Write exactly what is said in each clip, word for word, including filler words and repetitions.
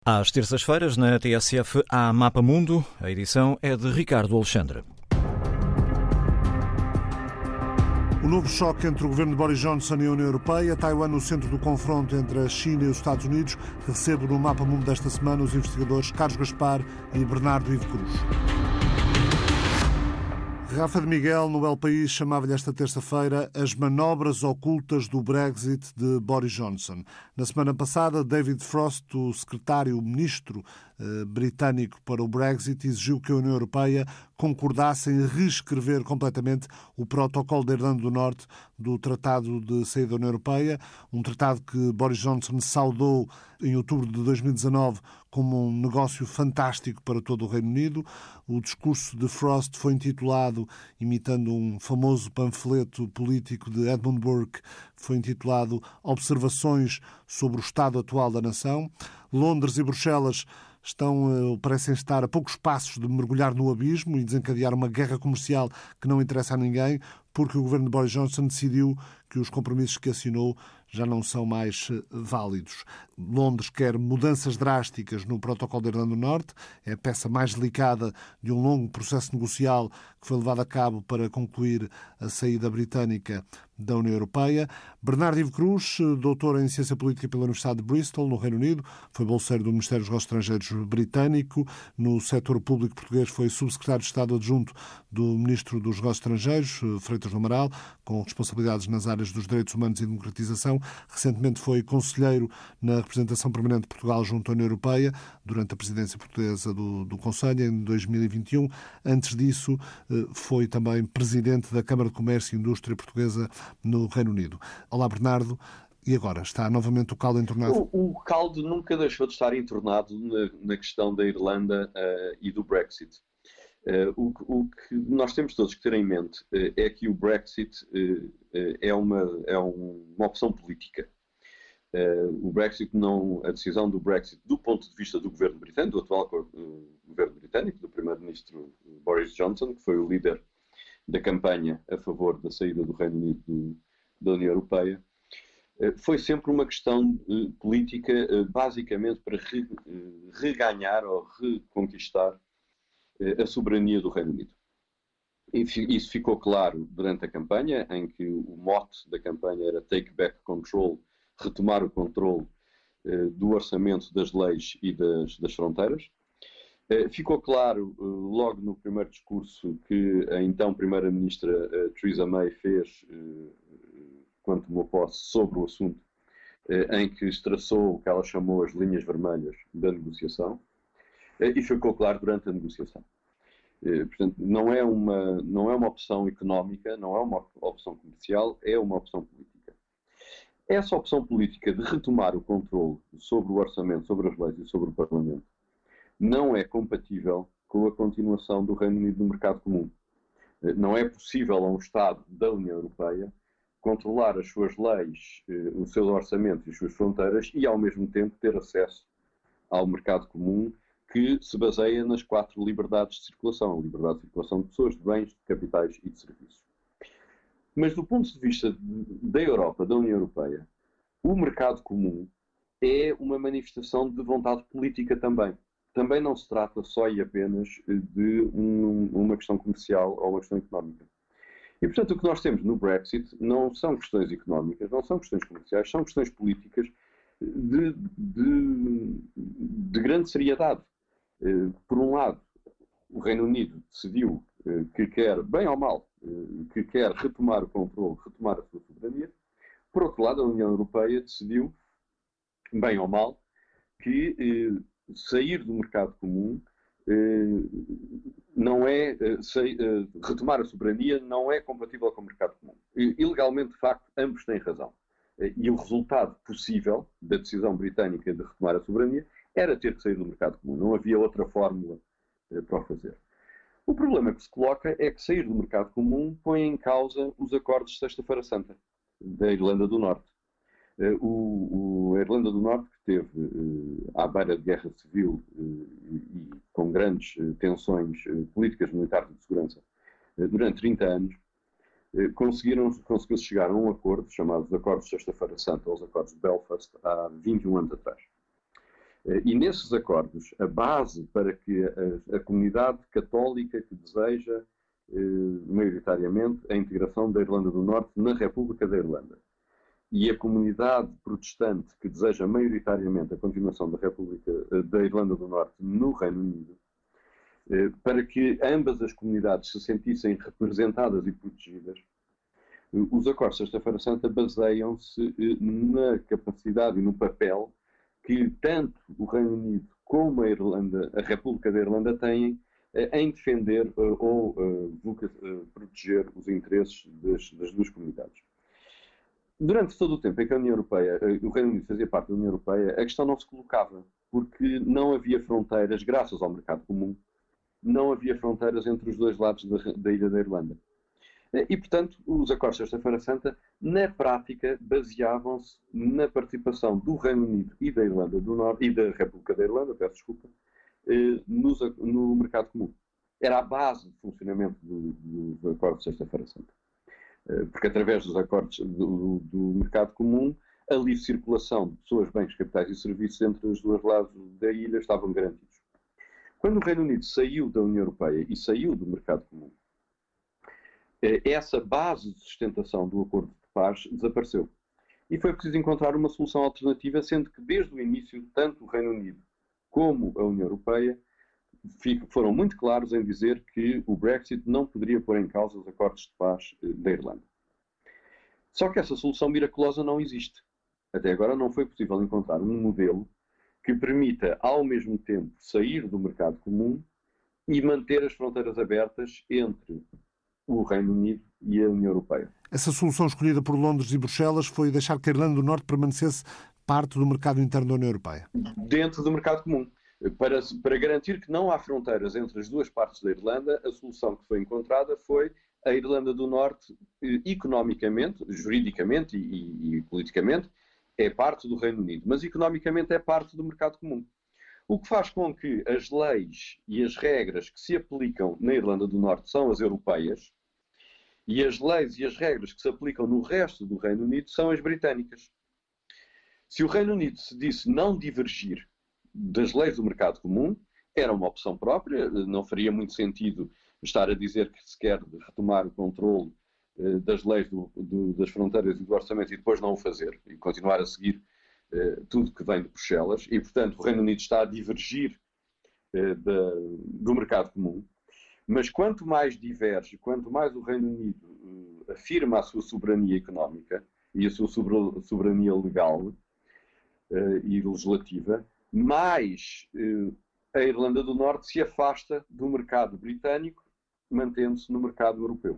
Às terças-feiras, na T S F, há Mapa Mundo. A edição é de Ricardo Alexandre. O novo choque entre o governo de Boris Johnson e a União Europeia, Taiwan no centro do confronto entre a China e os Estados Unidos. Recebo no Mapa Mundo desta semana os investigadores Carlos Gaspar e Bernardo Ivo Cruz. Rafa de Miguel, no El País, chamava-lhe esta terça-feira as manobras ocultas do Brexit de Boris Johnson. Na semana passada, David Frost, o secretário-ministro eh, britânico para o Brexit, exigiu que a União Europeia concordasse em reescrever completamente o protocolo da Irlanda do Norte do Tratado de Saída da União Europeia, um tratado que Boris Johnson saudou em outubro de dois mil e dezanove como um negócio fantástico para todo o Reino Unido. O discurso de Frost foi intitulado, imitando um famoso panfleto político de Edmund Burke, foi intitulado Observações sobre o Estado Atual da Nação. Londres e Bruxelas estão, parecem estar a poucos passos de mergulhar no abismo e desencadear uma guerra comercial que não interessa a ninguém, porque o governo de Boris Johnson decidiu que os compromissos que assinou já não são mais válidos. Londres quer mudanças drásticas no protocolo da Irlanda do Norte, é a peça mais delicada de um longo processo negocial que foi levado a cabo para concluir a saída britânica da União Europeia. Bernardo Ivo Cruz, doutor em Ciência Política pela Universidade de Bristol, no Reino Unido, foi bolseiro do Ministério dos Negócios Estrangeiros britânico, no setor público português foi subsecretário de Estado adjunto do Ministro dos Negócios Estrangeiros, Freitas do Amaral, com responsabilidades nas áreas dos direitos humanos e democratização. Recentemente foi conselheiro na representação permanente de Portugal junto à União Europeia, durante a presidência portuguesa do, do Conselho, em dois mil e vinte e um. Antes disso, foi também presidente da Câmara de Comércio e Indústria Portuguesa no Reino Unido. Olá, Bernardo. E agora? Está novamente o caldo entornado? O, o caldo nunca deixou de estar entornado na, na questão da Irlanda uh, e do Brexit. Uh, o, o que nós temos todos que ter em mente uh, é que o Brexit uh, uh, é, uma, é um, uma opção política. Uh, o Brexit não, a decisão do Brexit, do ponto de vista do governo britânico, do atual uh, governo britânico, do primeiro-ministro Boris Johnson, que foi o líder da campanha a favor da saída do Reino Unido do, da União Europeia, uh, foi sempre uma questão uh, política, uh, basicamente para re, uh, reganhar ou reconquistar uh, a soberania do Reino Unido. E isso ficou claro durante a campanha, em que o mote da campanha era Take Back Control, retomar o controle uh, do orçamento, das leis e das, das fronteiras. Uh, ficou claro uh, logo no primeiro discurso que a então Primeira-Ministra uh, Theresa May fez, uh, quando tomou posse, sobre o assunto, uh, em que traçou o que ela chamou as linhas vermelhas da negociação, uh, e ficou claro durante a negociação. Uh, portanto, não é, uma, não é uma opção económica, não é uma opção comercial, é uma opção política. Essa opção política de retomar o controle sobre o orçamento, sobre as leis e sobre o Parlamento não é compatível com a continuação do Reino Unido no mercado comum. Não é possível a um Estado da União Europeia controlar as suas leis, o seu orçamento e as suas fronteiras e, ao mesmo tempo, ter acesso ao mercado comum que se baseia nas quatro liberdades de circulação. A liberdade de circulação de pessoas, de bens, de capitais e de serviços. Mas do ponto de vista da Europa, da União Europeia, o mercado comum é uma manifestação de vontade política também. Também não se trata só e apenas de um, uma questão comercial ou uma questão económica. E, portanto, o que nós temos no Brexit não são questões económicas, não são questões comerciais, são questões políticas de, de, de grande seriedade. Por um lado, o Reino Unido decidiu que quer, bem ou mal, que quer retomar o controle, retomar a sua soberania. Por outro lado, a União Europeia decidiu, bem ou mal, que eh, sair do mercado comum eh, não é, eh, sei, eh, retomar a soberania não é compatível com o mercado comum. E, ilegalmente, de facto, ambos têm razão. Eh, e o resultado possível da decisão britânica de retomar a soberania era ter que sair do mercado comum. Não havia outra fórmula eh, para o fazer. O problema que se coloca é que sair do mercado comum põe em causa os acordos de Sexta-feira Santa da Irlanda do Norte. O, o, a Irlanda do Norte, que teve uh, à beira de guerra civil uh, e, e com grandes uh, tensões uh, políticas, militares e de segurança uh, durante trinta anos, uh, conseguiram, conseguiu-se chegar a um acordo chamado Acordos de Sexta-feira Santa, ou os Acordos de Belfast, há vinte e um anos atrás. E nesses acordos, a base para que a, a comunidade católica que deseja, maioritariamente, a integração da Irlanda do Norte na República da Irlanda e a comunidade protestante que deseja maioritariamente a continuação da República da Irlanda do Norte no Reino Unido, para que ambas as comunidades se sentissem representadas e protegidas, os acordos de Sexta-feira Santa baseiam-se na capacidade e no papel que tanto o Reino Unido como a Irlanda, a República da Irlanda têm em defender ou proteger os interesses das, das duas comunidades. Durante todo o tempo em que a União Europeia, o Reino Unido fazia parte da União Europeia, a questão não se colocava, porque não havia fronteiras, graças ao mercado comum, não havia fronteiras entre os dois lados da, da ilha da Irlanda. E, portanto, os acordos de Sexta-feira Santa, na prática, baseavam-se na participação do Reino Unido e da Irlanda do Norte, e da República da Irlanda, peço desculpa, nos, no mercado comum. Era a base de funcionamento dos do, do acordos de Sexta-feira Santa. Porque através dos acordos do, do mercado comum, a livre circulação de pessoas, bens, capitais e serviços entre os dois lados da ilha estavam garantidos. Quando o Reino Unido saiu da União Europeia e saiu do mercado comum, essa base de sustentação do acordo de paz desapareceu. E foi preciso encontrar uma solução alternativa, sendo que desde o início, tanto o Reino Unido como a União Europeia foram muito claros em dizer que o Brexit não poderia pôr em causa os acordos de paz da Irlanda. Só que essa solução miraculosa não existe. Até agora não foi possível encontrar um modelo que permita, ao mesmo tempo, sair do mercado comum e manter as fronteiras abertas entre o Reino Unido e a União Europeia. Essa solução escolhida por Londres e Bruxelas foi deixar que a Irlanda do Norte permanecesse parte do mercado interno da União Europeia. Dentro do mercado comum. Para, para garantir que não há fronteiras entre as duas partes da Irlanda, a solução que foi encontrada foi a Irlanda do Norte, economicamente, juridicamente e, e, e politicamente, é parte do Reino Unido, mas economicamente é parte do mercado comum. O que faz com que as leis e as regras que se aplicam na Irlanda do Norte são as europeias e as leis e as regras que se aplicam no resto do Reino Unido são as britânicas. Se o Reino Unido se disse não divergir das leis do mercado comum, era uma opção própria, não faria muito sentido estar a dizer que se quer retomar o controle eh, das leis do, do, das fronteiras e do orçamento e depois não o fazer, e continuar a seguir eh, tudo que vem de Bruxelas, e portanto o Reino Unido está a divergir eh, da, do mercado comum, mas quanto mais diverge, quanto mais o Reino Unido eh, afirma a sua soberania económica e a sua soberania legal eh, e legislativa, mais eh, a Irlanda do Norte se afasta do mercado britânico, mantendo-se no mercado europeu.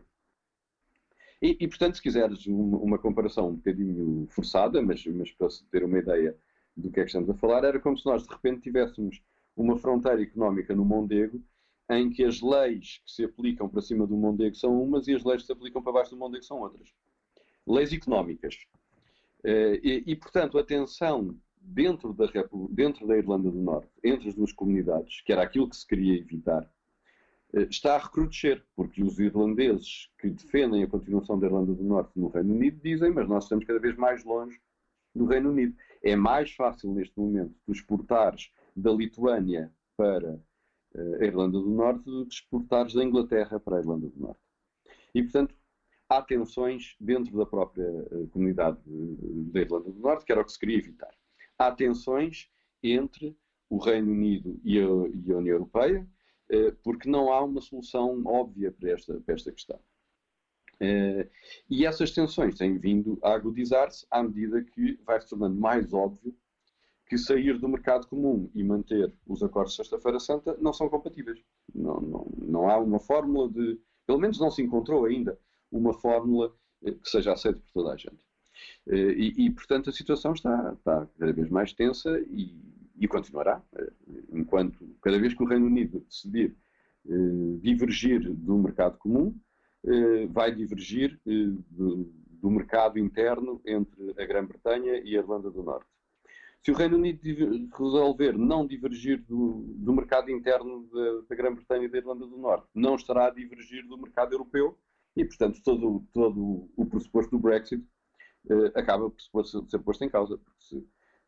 E, e, portanto, se quiseres uma, uma comparação um bocadinho forçada, mas, mas para se ter uma ideia do que é que estamos a falar, era como se nós, de repente, tivéssemos uma fronteira económica no Mondego, em que as leis que se aplicam para cima do Mondego são umas e as leis que se aplicam para baixo do Mondego são outras. Leis económicas. Eh, e, e, portanto, a tensão dentro da, dentro da Irlanda do Norte, entre as duas comunidades, que era aquilo que se queria evitar, está a recrudescer, porque os irlandeses que defendem a continuação da Irlanda do Norte no Reino Unido dizem, mas nós estamos cada vez mais longe do Reino Unido. É mais fácil neste momento tu exportares da Lituânia para a Irlanda do Norte do que exportares da Inglaterra para a Irlanda do Norte. E, portanto, há tensões dentro da própria comunidade da Irlanda do Norte, que era o que se queria evitar. Há tensões entre o Reino Unido e a, e a União Europeia, eh, porque não há uma solução óbvia para esta, para esta questão. Eh, e essas tensões têm vindo a agudizar-se à medida que vai se tornando mais óbvio que sair do mercado comum e manter os acordos de Sexta-feira Santa não são compatíveis. Não, não, não há uma fórmula de... Pelo menos não se encontrou ainda uma fórmula eh, que seja aceita por toda a gente. E, e, portanto, a situação está, está cada vez mais tensa e, e continuará. Enquanto, cada vez que o Reino Unido decidir eh, divergir do mercado comum, eh, vai divergir eh, do, do mercado interno entre a Grã-Bretanha e a Irlanda do Norte. Se o Reino Unido resolver não divergir do, do mercado interno da, da Grã-Bretanha e da Irlanda do Norte, não estará a divergir do mercado europeu e, portanto, todo, todo o pressuposto do Brexit Uh, acaba por ser posto em causa, porque se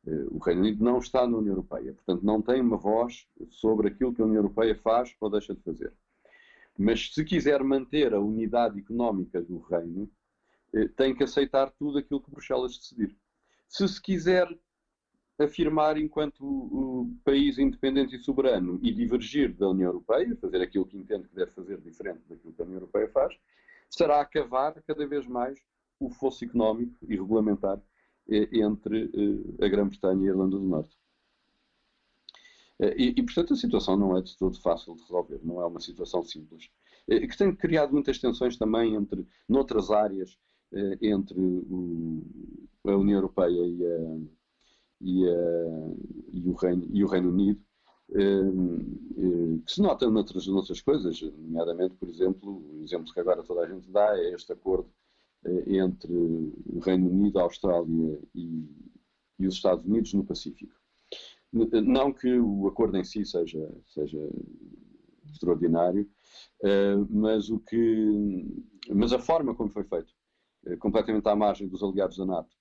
O Reino Unido não está na União Europeia, portanto não tem uma voz sobre aquilo que a União Europeia faz ou deixa de fazer. Mas se quiser manter a unidade económica do Reino, tem que aceitar tudo aquilo que Bruxelas decidir. Se se quiser afirmar enquanto país independente e soberano e divergir da União Europeia, fazer aquilo que entende que deve fazer diferente daquilo que a União Europeia faz, será a cavar cada vez mais o fosso económico e regulamentar entre a Grã-Bretanha e a Irlanda do Norte. E, e, portanto, a situação não é de todo fácil de resolver, não é uma situação simples, que tem criado muitas tensões também entre, noutras áreas, entre o, a União Europeia e, a, e, a, e, o, Reino, e o Reino Unido, que se nota noutras, noutras coisas, nomeadamente, por exemplo, o exemplo que agora toda a gente dá é este acordo entre o Reino Unido, a Austrália e, e os Estados Unidos no Pacífico. Não que o acordo em si seja, seja extraordinário, mas, o que, mas a forma como foi feito, completamente à margem dos aliados da NATO,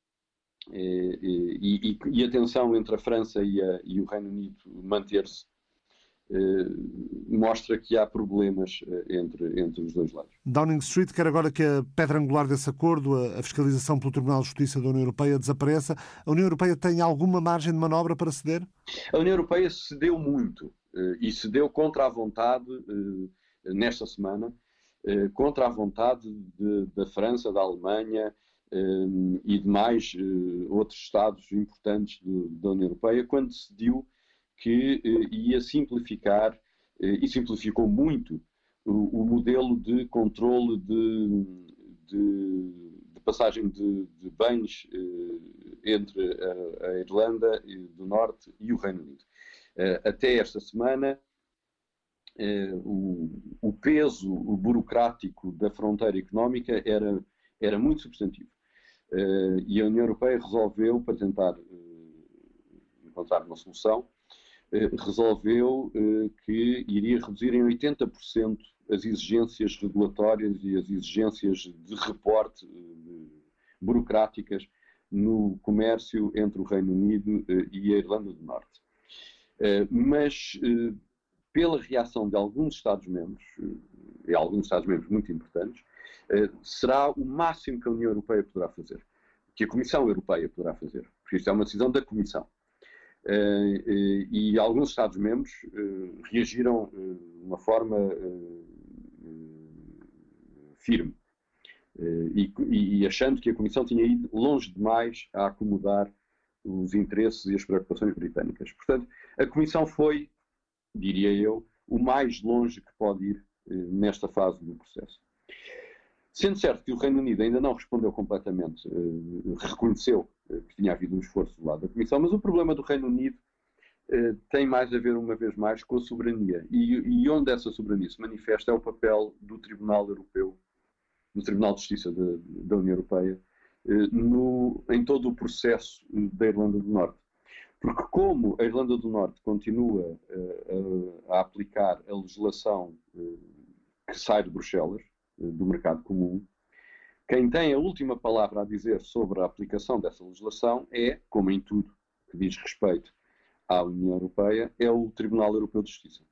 e, e, e a tensão entre a França e, a, e o Reino Unido manter-se, mostra que há problemas entre, entre os dois lados. Downing Street quer agora que a pedra angular desse acordo, a fiscalização pelo Tribunal de Justiça da União Europeia, desapareça. A União Europeia tem alguma margem de manobra para ceder? A União Europeia cedeu muito e cedeu contra a vontade, nesta semana, contra a vontade de, da França, da Alemanha e de mais outros Estados importantes de, da União Europeia, quando decidiu que eh, ia simplificar, eh, e simplificou muito, o, o modelo de controle de, de, de passagem de, de bens eh, entre a, a Irlanda do Norte e o Reino Unido. Eh, até esta semana, eh, o, o peso o burocrático da fronteira económica era, era muito substantivo. Eh, e a União Europeia resolveu, para tentar eh, encontrar uma solução, resolveu que iria reduzir em oitenta por cento as exigências regulatórias e as exigências de reporte burocráticas no comércio entre o Reino Unido e a Irlanda do Norte. Mas, pela reação de alguns Estados-membros, e alguns Estados-membros muito importantes, será o máximo que a União Europeia poderá fazer, que a Comissão Europeia poderá fazer, porque isto é uma decisão da Comissão. Uh, uh, e alguns Estados-membros uh, reagiram uh, de uma forma uh, uh, firme e, e achando que a Comissão tinha ido longe demais a acomodar os interesses e as preocupações britânicas. Portanto, a Comissão foi, diria eu, o mais longe que pode ir uh, nesta fase do processo. Sendo certo que o Reino Unido ainda não respondeu completamente, uh, reconheceu uh, que tinha havido um esforço do lado da Comissão, mas o problema do Reino Unido uh, tem mais a ver, uma vez mais, com a soberania. E, e onde essa soberania se manifesta é o papel do Tribunal Europeu, do Tribunal de Justiça de, da União Europeia, uh, no, em todo o processo da Irlanda do Norte. Porque como a Irlanda do Norte continua uh, a, a aplicar a legislação uh, que sai de Bruxelas, do mercado comum, quem tem a última palavra a dizer sobre a aplicação dessa legislação é, como em tudo que diz respeito à União Europeia, é o Tribunal Europeu de Justiça.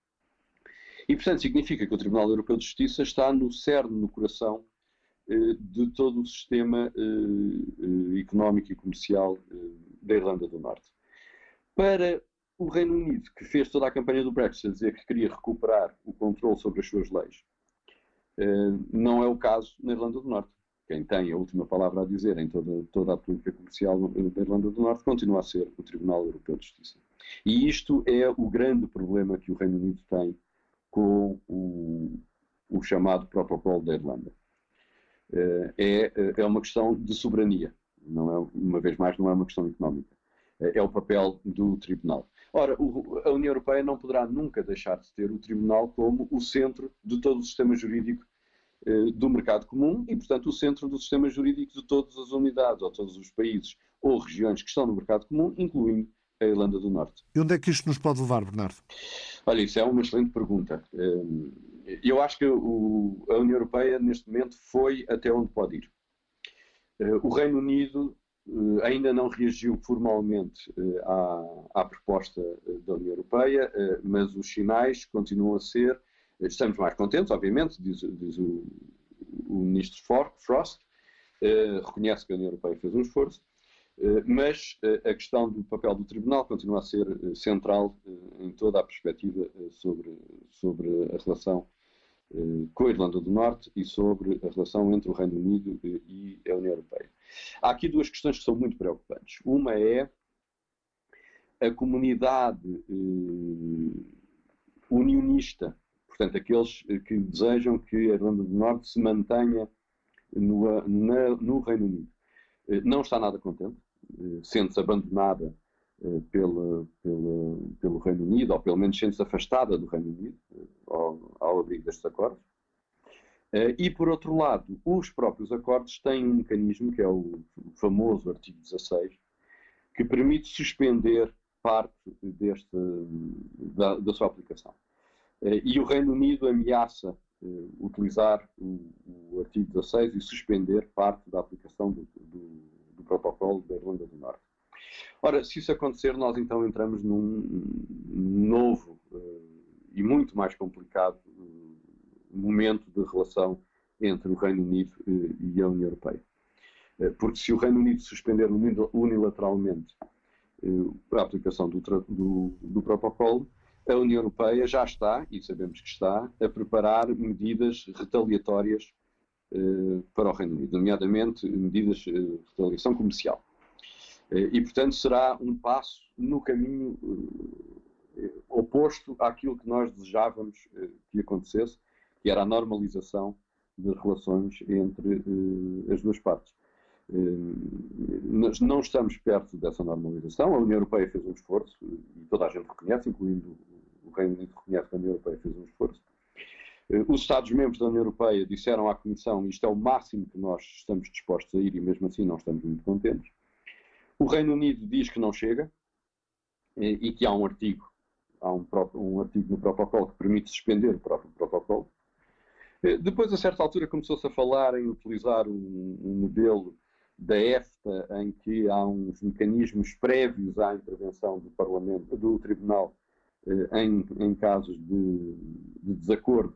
E, portanto, significa que o Tribunal Europeu de Justiça está no cerne, no coração eh, de todo o sistema eh, económico e comercial eh, da Irlanda do Norte. Para o Reino Unido, que fez toda a campanha do Brexit a dizer que queria recuperar o controle sobre as suas leis, Uh, não é o caso na Irlanda do Norte. Quem tem a última palavra a dizer em toda, toda a política comercial da Irlanda do Norte continua a ser o Tribunal Europeu de Justiça. E isto é o grande problema que o Reino Unido tem com o, o chamado Protocolo da Irlanda. Uh, é, é uma questão de soberania. Não é, uma vez mais, não é uma questão económica. É o papel do Tribunal. Ora, a União Europeia não poderá nunca deixar de ter o Tribunal como o centro de todo o sistema jurídico eh, do mercado comum e, portanto, o centro do sistema jurídico de todas as unidades ou todos os países ou regiões que estão no mercado comum, incluindo a Irlanda do Norte. E onde é que isto nos pode levar, Bernardo? Olha, isso é uma excelente pergunta. Eu acho que a União Europeia, neste momento, foi até onde pode ir. O Reino Unido ainda não reagiu formalmente à, à proposta da União Europeia, mas os sinais continuam a ser. Estamos mais contentes, obviamente, diz, diz o, o ministro Frost, reconhece que a União Europeia fez um esforço, mas a questão do papel do Tribunal continua a ser central em toda a perspectiva sobre, sobre a relação com a Irlanda do Norte e sobre a relação entre o Reino Unido e a União Europeia. Há aqui duas questões que são muito preocupantes. Uma é a comunidade unionista, portanto, aqueles que desejam que a Irlanda do Norte se mantenha no, na, no Reino Unido. Não está nada contente, sente-se abandonada pela, pela, pelo Reino Unido, ou pelo menos sente-se afastada do Reino Unido, ao, ao abrigo destes acordos. E, por outro lado, os próprios acordos têm um mecanismo, que é o famoso artigo dezasseis, que permite suspender parte deste, da, da sua aplicação. E o Reino Unido ameaça utilizar o, o artigo dezasseis e suspender parte da aplicação do, do, do protocolo da Irlanda do Norte. Ora, se isso acontecer, nós então entramos num novo uh, e muito mais complicado uh, momento de relação entre o Reino Unido uh, e a União Europeia. Uh, porque se o Reino Unido suspender unilateralmente uh, a aplicação do, do, do protocolo, a União Europeia já está, e sabemos que está, a preparar medidas retaliatórias uh, para o Reino Unido, nomeadamente medidas de uh, retaliação comercial. E, portanto, será um passo no caminho uh, oposto àquilo que nós desejávamos uh, que acontecesse, que era a normalização das relações entre uh, as duas partes. Uh, nós não estamos perto dessa normalização. A União Europeia fez um esforço, e toda a gente reconhece, incluindo o Reino Unido reconhece que a União Europeia fez um esforço. Uh, os Estados-membros da União Europeia disseram à Comissão isto é o máximo que nós estamos dispostos a ir, e mesmo assim não estamos muito contentes. O Reino Unido diz que não chega e que há um artigo, há um, um artigo no protocolo que permite suspender o próprio protocolo. Depois, a certa altura, começou-se a falar em utilizar um, um modelo da EFTA em que há uns mecanismos prévios à intervenção do Parlamento, do Tribunal, em, em casos de, de desacordo.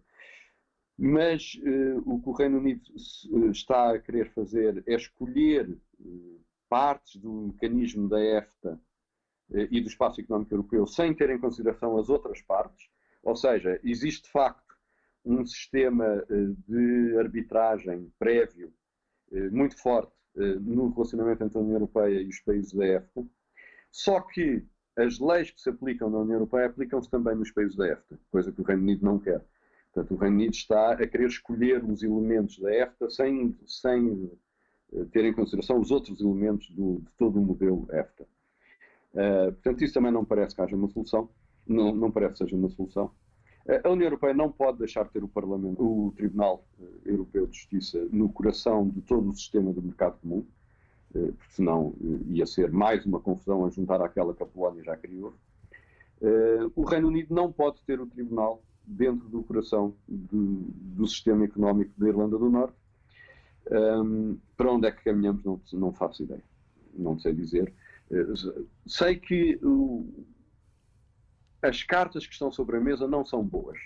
Mas uh, o que o Reino Unido está a querer fazer é escolher uh, partes do mecanismo da EFTA eh, e do Espaço Económico Europeu sem ter em consideração as outras partes, ou seja, existe de facto um sistema eh, de arbitragem prévio eh, muito forte eh, no relacionamento entre a União Europeia e os países da EFTA, só que as leis que se aplicam na União Europeia aplicam-se também nos países da EFTA, coisa que o Reino Unido não quer. Portanto, o Reino Unido está a querer escolher os elementos da EFTA sem... sem ter em consideração os outros elementos do, de todo o modelo EFTA. Uh, portanto, isso também não parece que haja uma solução, não, não parece que seja uma solução. Uh, a União Europeia não pode deixar de ter o, Parlamento, o Tribunal uh, Europeu de Justiça no coração de todo o sistema do mercado comum, uh, porque senão uh, ia ser mais uma confusão a juntar àquela que a Polónia já criou. Uh, o Reino Unido não pode ter o Tribunal dentro do coração de, do sistema económico da Irlanda do Norte. Um, para onde é que caminhamos não, não faço ideia, não sei dizer. Uh, sei que uh, as cartas que estão sobre a mesa não são boas.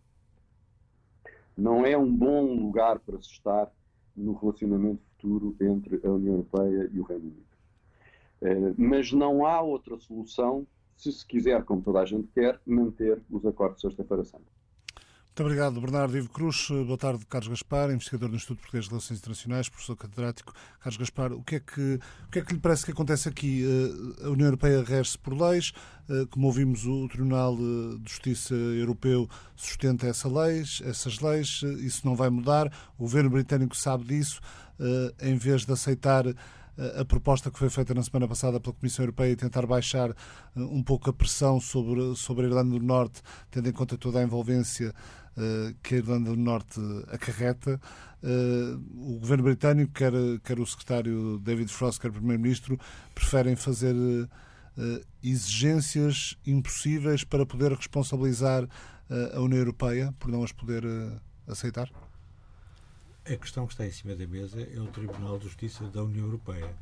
Não é um bom lugar para se estar no relacionamento futuro entre a União Europeia e o Reino Unido. Uh, mas não há outra solução se se quiser, como toda a gente quer, manter os acordos de Sexta-feira Santa. Muito obrigado, Bernardo Ivo Cruz. Boa tarde, Carlos Gaspar, investigador do Instituto Português de Relações Internacionais, professor catedrático. Carlos Gaspar, o que é que, o que é que lhe parece que acontece aqui? A União Europeia rege-se por leis, como ouvimos, o Tribunal de Justiça Europeu sustenta essa leis, essas leis, isso não vai mudar, o governo britânico sabe disso, em vez de aceitar a proposta que foi feita na semana passada pela Comissão Europeia e tentar baixar um pouco a pressão sobre, sobre a Irlanda do Norte, tendo em conta toda a envolvência uh, que a Irlanda do Norte acarreta. Uh, o governo britânico, quer, quer o secretário David Frost, quer o primeiro-ministro, preferem fazer uh, exigências impossíveis para poder responsabilizar uh, a União Europeia por não as poder uh, aceitar? A questão que está em cima da mesa é o Tribunal de Justiça da União Europeia.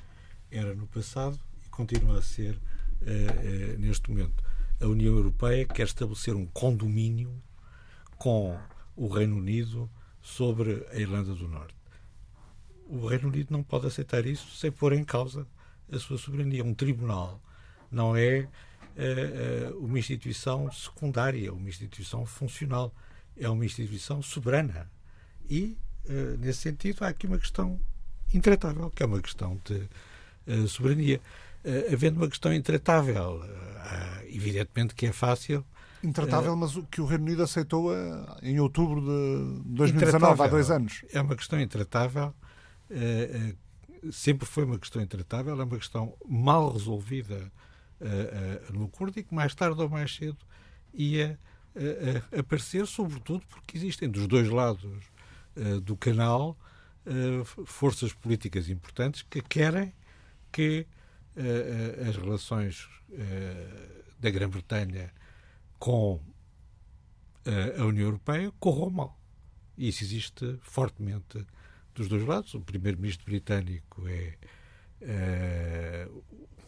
era no passado e continua a ser uh, uh, neste momento. A União Europeia quer estabelecer um condomínio com o Reino Unido sobre a Irlanda do Norte. O Reino Unido não pode aceitar isso sem pôr em causa a sua soberania. Um tribunal não é uh, uh, uma instituição secundária, uma instituição funcional. É uma instituição soberana. E, uh, nesse sentido, há aqui uma questão intratável, que é uma questão de uh, soberania. Uh, havendo uma questão intratável, uh, evidentemente que é fácil. Intratável, uh, mas o que o Reino Unido aceitou uh, em outubro de dois mil e dezanove, há dois anos. É uma questão intratável. Uh, uh, sempre foi uma questão intratável. É uma questão mal resolvida uh, uh, no acordo e que mais tarde ou mais cedo ia uh, uh, aparecer, sobretudo porque existem dos dois lados uh, do canal uh, forças políticas importantes que querem que Uh, as relações uh, da Grã-Bretanha com uh, a União Europeia corram mal. E isso existe fortemente dos dois lados. O primeiro-ministro britânico é uh,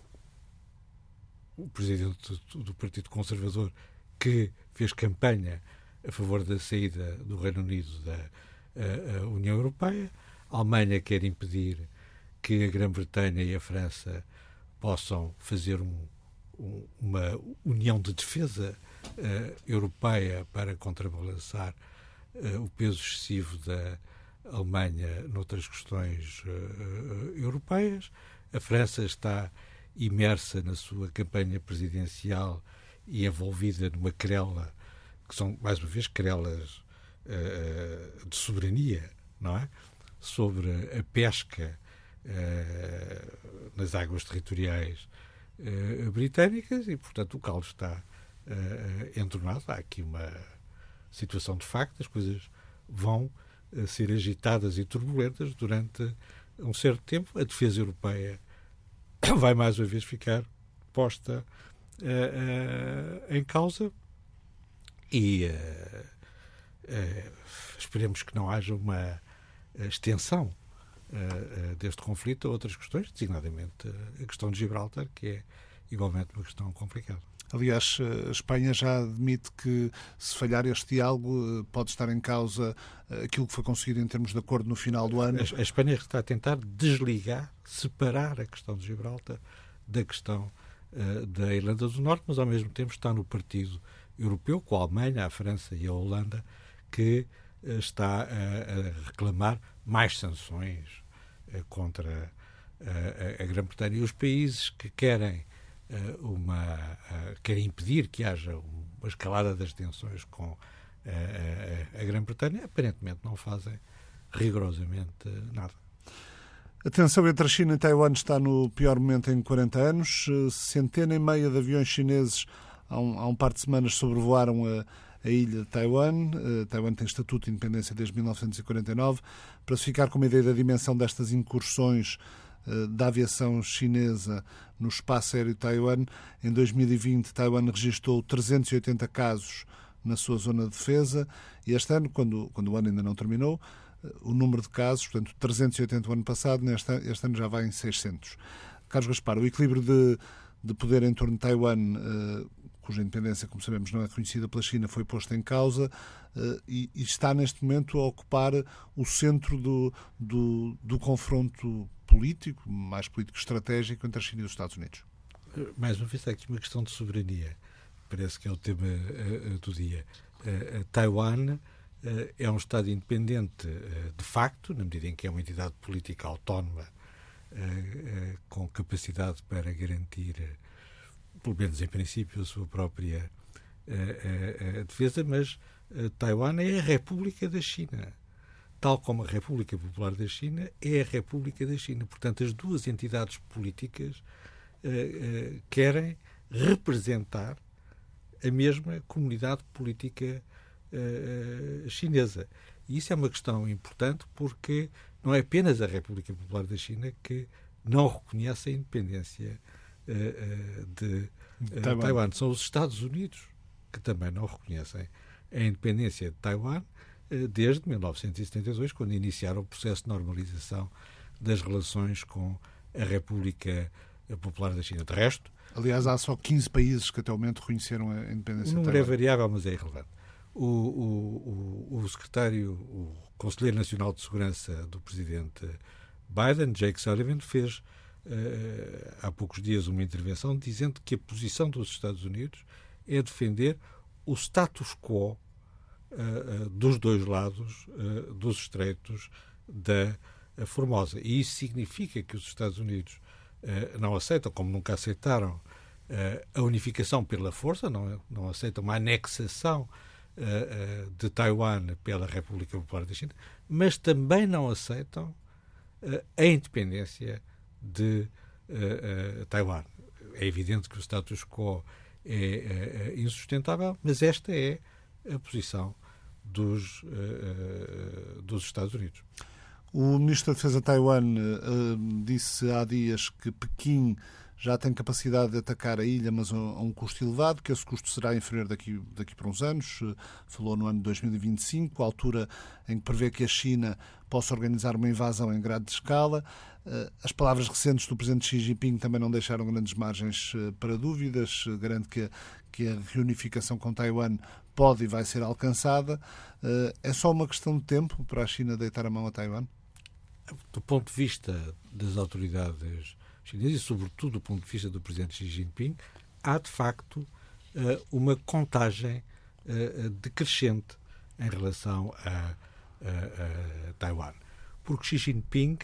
o presidente do, do Partido Conservador, que fez campanha a favor da saída do Reino Unido da uh, União Europeia. A Alemanha quer impedir que a Grã-Bretanha e a França possam fazer um, um, uma união de defesa uh, europeia para contrabalançar uh, o peso excessivo da Alemanha noutras questões uh, europeias. A França está imersa na sua campanha presidencial e envolvida numa querela, que são, mais uma vez, querelas uh, de soberania, não é? Sobre a pesca Uh, nas águas territoriais uh, britânicas e, portanto, o caldo está uh, entornado. Há aqui uma situação de facto, as coisas vão uh, ser agitadas e turbulentas durante um certo tempo. A defesa europeia vai mais uma vez ficar posta uh, uh, em causa e uh, uh, esperemos que não haja uma extensão Uh, uh, deste conflito a outras questões, designadamente uh, a questão de Gibraltar, que é igualmente uma questão complicada. Aliás, a Espanha já admite que, se falhar este diálogo, pode estar em causa aquilo que foi conseguido em termos de acordo no final do ano. A, a Espanha está a tentar desligar, separar a questão de Gibraltar da questão uh, da Irlanda do Norte, mas ao mesmo tempo está no partido europeu, com a Alemanha, a França e a Holanda, que uh, está uh, a reclamar mais sanções contra a, a Grã-Bretanha. E os países que querem uma querem impedir que haja uma escalada das tensões com a, a, a Grã-Bretanha, aparentemente não fazem rigorosamente nada. A tensão entre a China e Taiwan está no pior momento em quarenta anos. Centena e meia de aviões chineses há um, há um par de semanas sobrevoaram a a ilha de Taiwan. Uh, Taiwan tem estatuto de independência desde mil novecentos e quarenta e nove. Para se ficar com uma ideia da dimensão destas incursões uh, da aviação chinesa no espaço aéreo de Taiwan, em dois mil e vinte, Taiwan registrou trezentos e oitenta casos na sua zona de defesa e este ano, quando, quando o ano ainda não terminou, uh, o número de casos, portanto, trezentos e oitenta o ano passado, neste, este ano já vai em seiscentos. Carlos Gaspar, o equilíbrio de, de poder em torno de Taiwan, uh, cuja independência, como sabemos, não é reconhecida pela China, foi posta em causa uh, e, e está neste momento a ocupar o centro do, do, do confronto político, mais político estratégico, entre a China e os Estados Unidos. Mais uma vez, há aqui uma questão de soberania. Parece que é o tema uh, do dia. Uh, uh, Taiwan uh, é um Estado independente uh, de facto, na medida em que é uma entidade política autónoma uh, uh, com capacidade para garantir uh, pelo menos em princípio, a sua própria uh, uh, uh, defesa, mas uh, Taiwan é a República da China. Tal como a República Popular da China é a República da China. Portanto, as duas entidades políticas uh, uh, querem representar a mesma comunidade política uh, chinesa. E isso é uma questão importante porque não é apenas a República Popular da China que não reconhece a independência de Taiwan. Taiwan. São os Estados Unidos que também não reconhecem a independência de Taiwan desde mil novecentos e setenta e dois, quando iniciaram o processo de normalização das relações com a República Popular da China. De resto... Aliás, há só quinze países que até o momento reconheceram a independência. O número é variável, mas é irrelevante. O, o, o, o secretário, o Conselheiro Nacional de Segurança do presidente Biden, Jake Sullivan, fez uh, há poucos dias uma intervenção dizendo que a posição dos Estados Unidos é defender o status quo uh, uh, dos dois lados uh, dos estreitos da uh, Formosa. E isso significa que os Estados Unidos uh, não aceitam, como nunca aceitaram, uh, a unificação pela força, não, não aceitam uma anexação uh, uh, de Taiwan pela República Popular da China, mas também não aceitam uh, a independência de uh, uh, Taiwan. É evidente que o status quo é uh, insustentável, mas esta é a posição dos, uh, uh, dos Estados Unidos. O ministro da Defesa de Taiwan uh, disse há dias que Pequim já tem capacidade de atacar a ilha, mas a um custo elevado, que esse custo será inferior daqui, daqui para uns anos. Uh, falou no ano de dois mil e vinte e cinco, a altura em que prevê que a China possa organizar uma invasão em grande escala. Uh, as palavras recentes do presidente Xi Jinping também não deixaram grandes margens uh, para dúvidas. Uh, garante que, que a reunificação com Taiwan pode e vai ser alcançada. Uh, é só uma questão de tempo para a China deitar a mão a Taiwan? Do ponto de vista das autoridades chinesas e, sobretudo, do ponto de vista do presidente Xi Jinping, há, de facto, uma contagem decrescente em relação a, a, a Taiwan. Porque Xi Jinping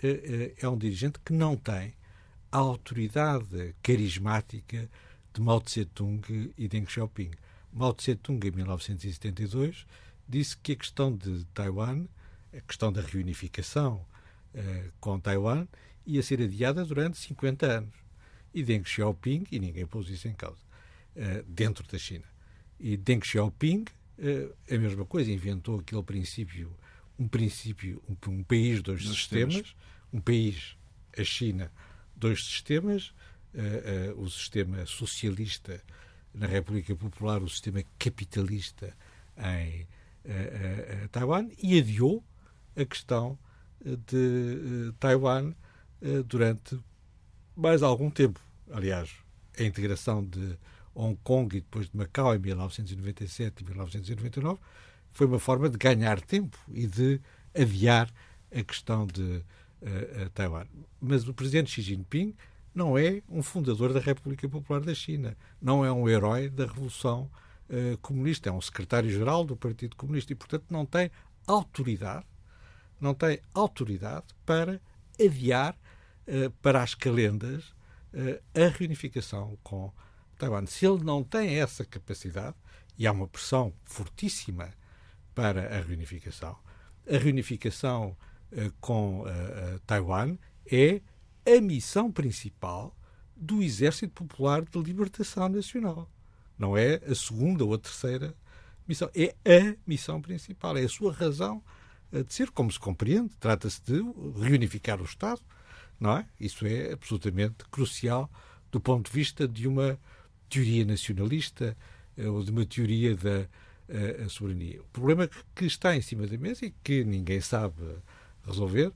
é um dirigente que não tem a autoridade carismática de Mao Tse-tung e Deng Xiaoping. Mao Tse-tung, em mil novecentos e setenta e dois, disse que a questão de Taiwan, a questão da reunificação uh, com Taiwan, ia ser adiada durante cinquenta anos. E Deng Xiaoping, e ninguém pôs isso em causa, uh, dentro da China. E Deng Xiaoping, uh, a mesma coisa, inventou aquele princípio, um princípio, um, um país, dois Dos sistemas, sistemas, um país, a China, dois sistemas, uh, uh, o sistema socialista na República Popular, o sistema capitalista em uh, uh, Taiwan, e adiou a questão de uh, Taiwan uh, durante mais algum tempo. Aliás, a integração de Hong Kong e depois de Macau em mil novecentos e noventa e sete e mil novecentos e noventa e nove foi uma forma de ganhar tempo e de adiar a questão de uh, uh, Taiwan. Mas o presidente Xi Jinping não é um fundador da República Popular da China, não é um herói da Revolução uh, Comunista, é um secretário-geral do Partido Comunista e, portanto, não tem autoridade não tem autoridade para adiar uh, para as calendas uh, a reunificação com Taiwan. Se ele não tem essa capacidade, e há uma pressão fortíssima para a reunificação, a reunificação uh, com uh, uh, Taiwan é a missão principal do Exército Popular de Libertação Nacional. Não é a segunda ou a terceira missão, é a missão principal, é a sua razão de ser, como se compreende. Trata-se de reunificar o Estado, não é? Isso é absolutamente crucial do ponto de vista de uma teoria nacionalista ou de uma teoria da a, a soberania. O problema que está em cima da mesa e que ninguém sabe resolver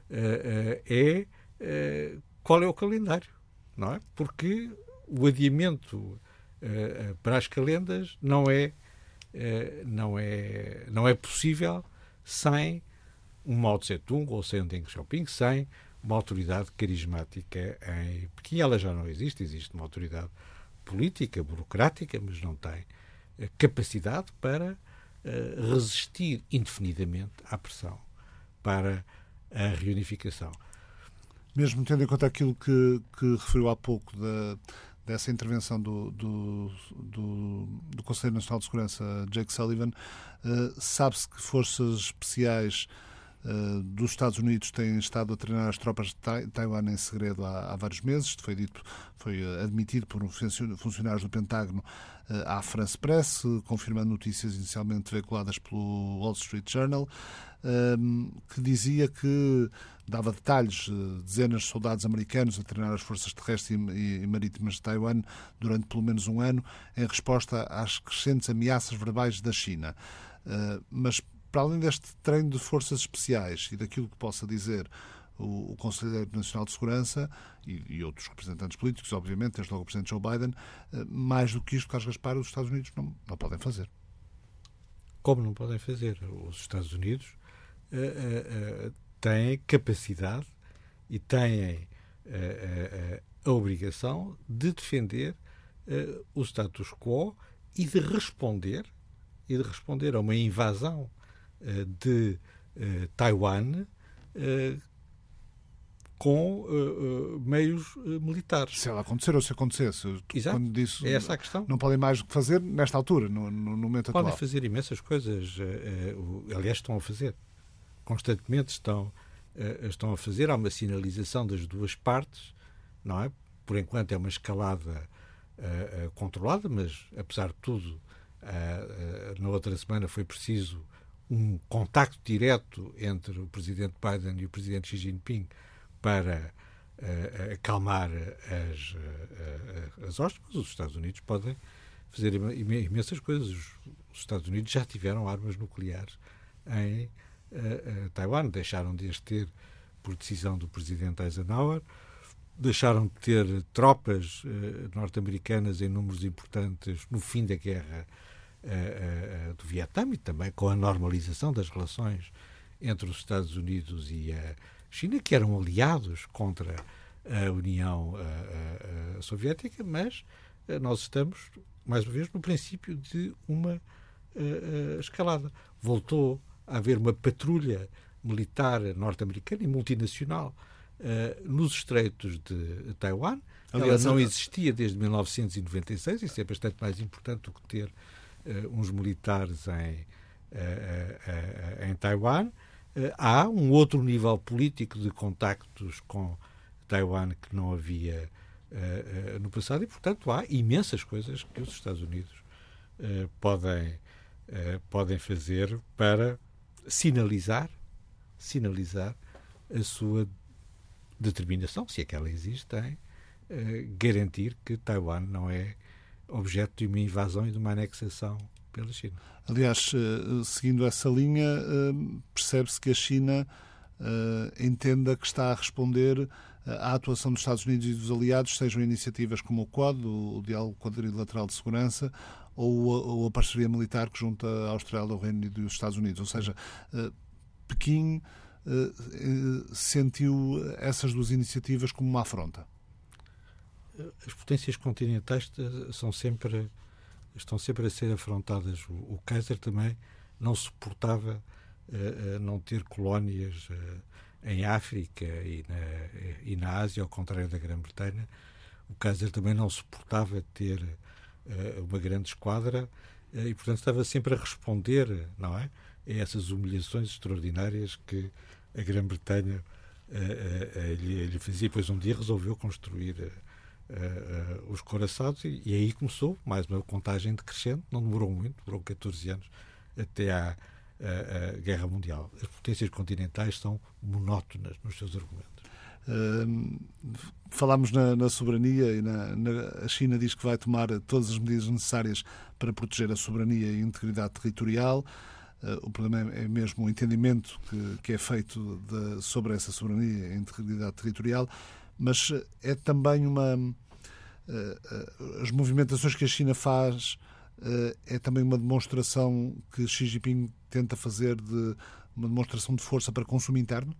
é qual é o calendário, não é? Porque o adiamento para as calendas não é, não é, não é possível sem um Mao Tse-tung ou sem um Deng Xiaoping, sem uma autoridade carismática em Pequim. Ela já não existe, existe uma autoridade política, burocrática, mas não tem capacidade para uh, resistir indefinidamente à pressão para a reunificação. Mesmo tendo em conta aquilo que, que referiu há pouco da, dessa intervenção do, do, do, do Conselheiro Nacional de Segurança, Jake Sullivan, uh, sabe-se que forças especiais uh, dos Estados Unidos têm estado a treinar as tropas de tai, Taiwan em segredo há, há vários meses. Isto foi dito, foi admitido por um funcionários do Pentágono uh, à France Press, uh, confirmando notícias inicialmente veiculadas pelo Wall Street Journal, uh, que dizia que dava detalhes, dezenas de soldados americanos a treinar as forças terrestres e, e marítimas de Taiwan durante pelo menos um ano, em resposta às crescentes ameaças verbais da China. Uh, mas, para além deste treino de forças especiais e daquilo que possa dizer o, o Conselho Nacional de Segurança e, e outros representantes políticos, obviamente, desde logo o Presidente Joe Biden, mais do que isto, Carlos Gaspar, os Estados Unidos não, não podem fazer. Como não podem fazer? Os Estados Unidos uh, uh, uh, têm capacidade e têm uh, uh, a obrigação de defender uh, o status quo e de responder e de responder a uma invasão uh, de uh, Taiwan uh, com uh, uh, meios uh, militares. Se ela acontecer ou se acontecesse. Exato. Quando disse, é essa a questão. Não podem mais do que fazer nesta altura, no, no momento podem atual. Podem fazer imensas coisas. Uh, uh, aliás, estão a fazer. Constantemente estão, uh, estão a fazer. Há uma sinalização das duas partes, não é? Por enquanto é uma escalada uh, uh, controlada, mas, apesar de tudo, uh, uh, na outra semana foi preciso um contacto direto entre o Presidente Biden e o Presidente Xi Jinping para uh, acalmar as, uh, as hostes, mas os Estados Unidos podem fazer imensas coisas. Os, os Estados Unidos já tiveram armas nucleares em uh, uh, Taiwan, deixaram de as ter por decisão do Presidente Eisenhower, deixaram de ter tropas uh, norte-americanas em números importantes no fim da guerra uh, uh, do Vietnã e também com a normalização das relações entre os Estados Unidos e a China, que eram aliados contra a União a, a, a Soviética, mas a, nós estamos, mais uma vez, no princípio de uma a, a escalada. Voltou a haver uma patrulha militar norte-americana e multinacional a, nos estreitos de Taiwan. Aliás, ela não existia desde mil novecentos e noventa e seis, isso é bastante mais importante do que ter a, uns militares em, a, a, a, em Taiwan. Há um outro nível político de contactos com Taiwan que não havia uh, uh, no passado e, portanto, há imensas coisas que os Estados Unidos uh, podem, uh, podem fazer para sinalizar, sinalizar a sua determinação, se é que ela existe, em uh, garantir que Taiwan não é objeto de uma invasão e de uma anexação pela China. Aliás, seguindo essa linha, percebe-se que a China entenda que está a responder à atuação dos Estados Unidos e dos aliados, sejam iniciativas como o Quad, o Diálogo Quadrilateral de Segurança, ou a parceria militar que junta a Austrália, o Reino Unido e os Estados Unidos. Ou seja, Pequim sentiu essas duas iniciativas como uma afronta. As potências continentais são sempre... estão sempre a ser afrontadas. O, o Kaiser também não suportava uh, uh, não ter colónias uh, em África e na, e na Ásia, ao contrário da Grã-Bretanha. O Kaiser também não suportava ter uh, uma grande esquadra uh, e, portanto, estava sempre a responder, não é, a essas humilhações extraordinárias que a Grã-Bretanha uh, uh, uh, lhe, lhe fazia. Pois um dia resolveu construir uh, Uh, uh, os couraçados e, e aí começou mais uma contagem decrescente, não demorou muito, demorou catorze anos até à uh, uh, Guerra Mundial. As potências continentais são monótonas nos seus argumentos. Uh, falámos na, na soberania e na, na, a China diz que vai tomar todas as medidas necessárias para proteger a soberania e a integridade territorial. Uh, o problema é mesmo o entendimento que, que é feito de, sobre essa soberania e a integridade territorial. Mas é também uma... As movimentações que a China faz é também uma demonstração que Xi Jinping tenta fazer de uma demonstração de força para consumo interno?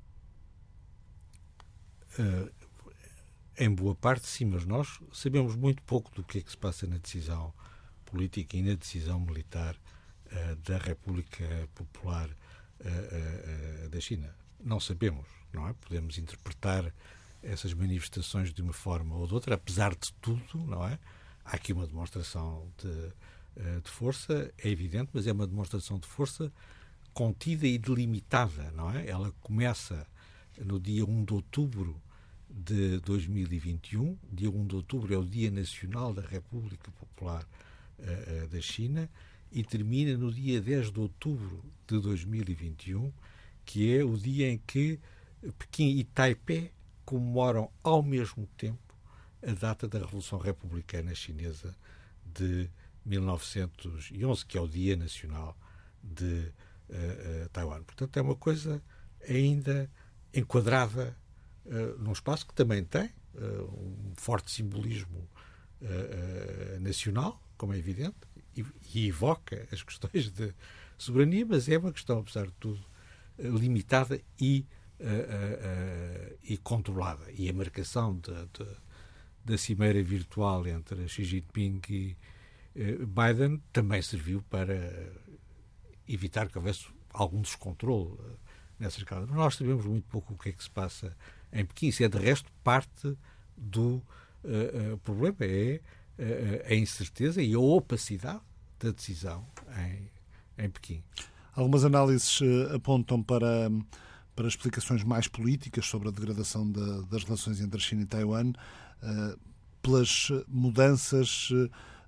Uh, em boa parte, sim, mas nós sabemos muito pouco do que é que se passa na decisão política e na decisão militar uh, da República Popular uh, uh, da China. Não sabemos, não é? Podemos interpretar essas manifestações de uma forma ou de outra, apesar de tudo, não é? Há aqui uma demonstração de, de força, é evidente, mas é uma demonstração de força contida e delimitada, não é? Ela começa no dia um de outubro de dois mil e vinte e um, dia um de outubro é o Dia Nacional da República Popular uh, uh, da China e termina no dia dez de outubro de dois mil e vinte e um, que é o dia em que Pequim e Taipei comemoram ao mesmo tempo a data da Revolução Republicana Chinesa de mil novecentos e onze, que é o Dia Nacional de uh, uh, Taiwan. Portanto, é uma coisa ainda enquadrada uh, num espaço que também tem uh, um forte simbolismo uh, uh, nacional, como é evidente, e, e evoca as questões de soberania, mas é uma questão, apesar de tudo, uh, limitada e, uh, uh, uh, e controlada. E a marcação de, de, da cimeira virtual entre Xi Jinping e uh, Biden também serviu para evitar que houvesse algum descontrole uh, nessa escala. Mas nós sabemos muito pouco o que é que se passa em Pequim. Isso é, de resto, parte do uh, uh, problema. É uh, a incerteza e a opacidade da decisão em, em Pequim. Algumas análises uh, apontam para, para explicações mais políticas sobre a degradação de, das relações entre a China e Taiwan, uh, pelas mudanças uh,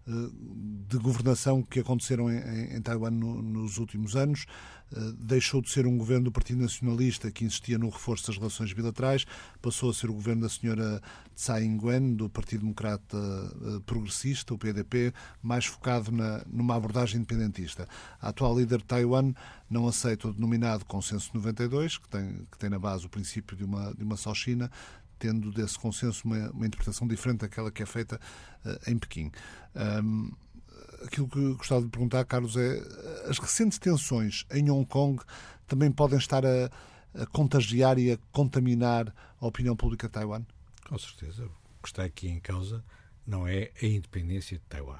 de governação que aconteceram em, em Taiwan no, nos últimos anos. Uh, deixou de ser um governo do Partido Nacionalista que insistia no reforço das relações bilaterais, passou a ser o governo da senhora Tsai Ing-wen, do Partido Democrata uh, Progressista, o P D P, mais focado na, numa abordagem independentista. A atual líder de Taiwan não aceita o denominado Consenso noventa e dois, que tem, que tem na base o princípio de uma, de uma só China, tendo desse consenso uma, uma interpretação diferente daquela que é feita uh, em Pequim. Um, aquilo que gostava de perguntar, Carlos, é: as recentes tensões em Hong Kong também podem estar a, a contagiar e a contaminar a opinião pública de Taiwan? Com certeza. O que está aqui em causa não é a independência de Taiwan.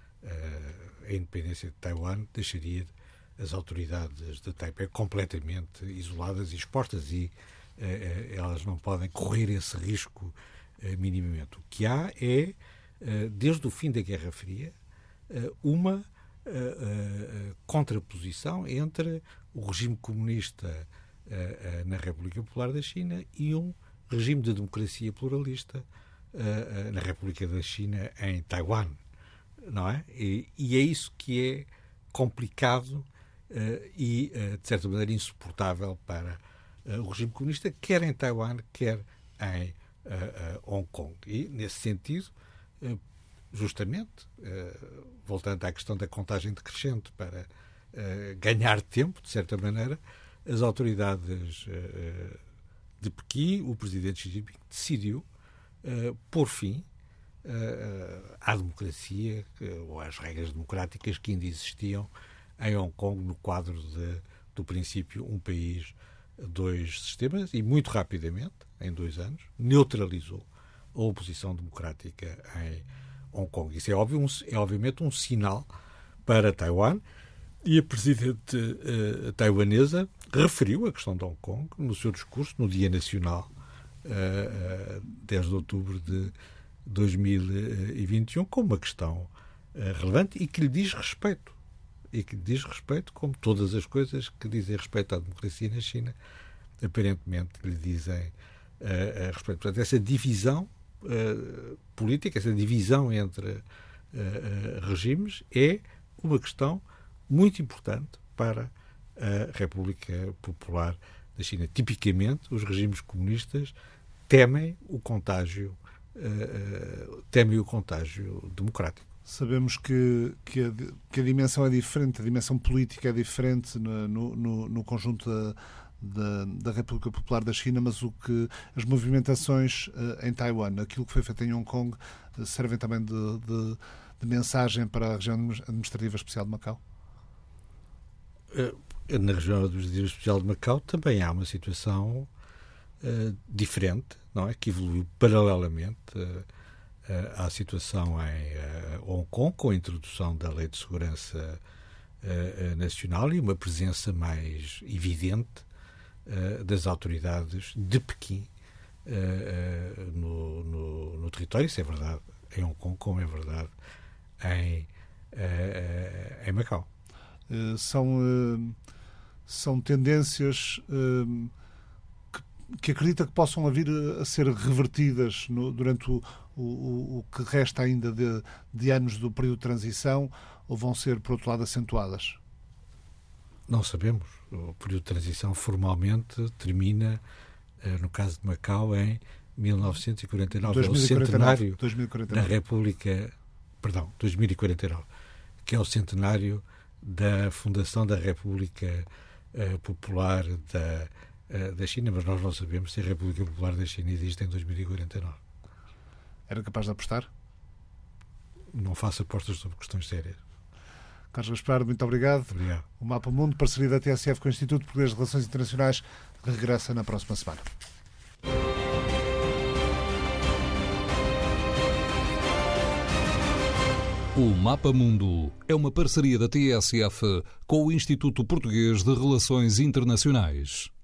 Uh, a independência de Taiwan deixaria as autoridades de Taipei completamente isoladas e expostas, e uh, elas não podem correr esse risco uh, minimamente. O que há é, uh, desde o fim da Guerra Fria, uma uh, uh, contraposição entre o regime comunista uh, uh, na República Popular da China e um regime de democracia pluralista uh, uh, na República da China em Taiwan, não é? E, e é isso que é complicado uh, e, uh, de certa maneira, insuportável para uh, o regime comunista, quer em Taiwan, quer em uh, uh, Hong Kong. E, nesse sentido, uh, justamente, uh, voltando à questão da contagem decrescente para uh, ganhar tempo, de certa maneira, as autoridades uh, de Pequim, o presidente Xi Jinping, decidiu uh, pôr fim uh, à democracia uh, ou às regras democráticas que ainda existiam em Hong Kong no quadro de, do princípio um país, dois sistemas, e muito rapidamente, em dois anos, neutralizou a oposição democrática em Hong Kong. Isso é, óbvio, um, é obviamente um sinal para Taiwan, e a presidente uh, taiwanesa referiu a questão de Hong Kong no seu discurso no Dia Nacional, uh, uh, dez de outubro de dois mil e vinte e um, como uma questão uh, relevante e que lhe diz respeito. E que lhe diz respeito, como todas as coisas que dizem respeito à democracia na China, aparentemente lhe dizem uh, uh, respeito. Portanto, essa divisão Uh, política, essa divisão entre uh, uh, regimes é uma questão muito importante para a República Popular da China. Tipicamente, os regimes comunistas temem o contágio, uh, uh, temem o contágio democrático. Sabemos que, que, a, que a dimensão é diferente, a dimensão política é diferente no, no, no conjunto da Da, da República Popular da China, mas o que as movimentações uh, em Taiwan, aquilo que foi feito em Hong Kong, uh, servem também de, de, de mensagem para a região administrativa especial de Macau? Uh, na região administrativa especial de Macau também há uma situação uh, diferente, não é? Que evoluiu paralelamente uh, uh, à situação em uh, Hong Kong, com a introdução da Lei de Segurança uh, uh, Nacional e uma presença mais evidente das autoridades de Pequim uh, uh, no, no, no território. Isso é verdade em Hong Kong, como é verdade em, uh, em Macau. Uh, são, uh, são tendências uh, que, que acredita que possam vir a ser revertidas no, durante o, o, o que resta ainda de, de anos do período de transição, ou vão ser, por outro lado, acentuadas? Não sabemos. O período de transição formalmente termina, no caso de Macau, em mil novecentos e quarenta e nove. dois mil e quarenta e nove, é o centenário dois mil e quarenta e nove. da República... Perdão, dois mil e quarenta e nove, que é o centenário da fundação da República uh, Popular da, uh, da China, mas nós não sabemos se a República Popular da China existe em dois mil e quarenta e nove. Era capaz de apostar? Não faço apostas sobre questões sérias. Carlos Gaspar, muito obrigado. Obrigado. O Mapa Mundo, parceria da T S F com o Instituto Português de Relações Internacionais, regressa na próxima semana. O Mapa Mundo é uma parceria da T S F com o Instituto Português de Relações Internacionais.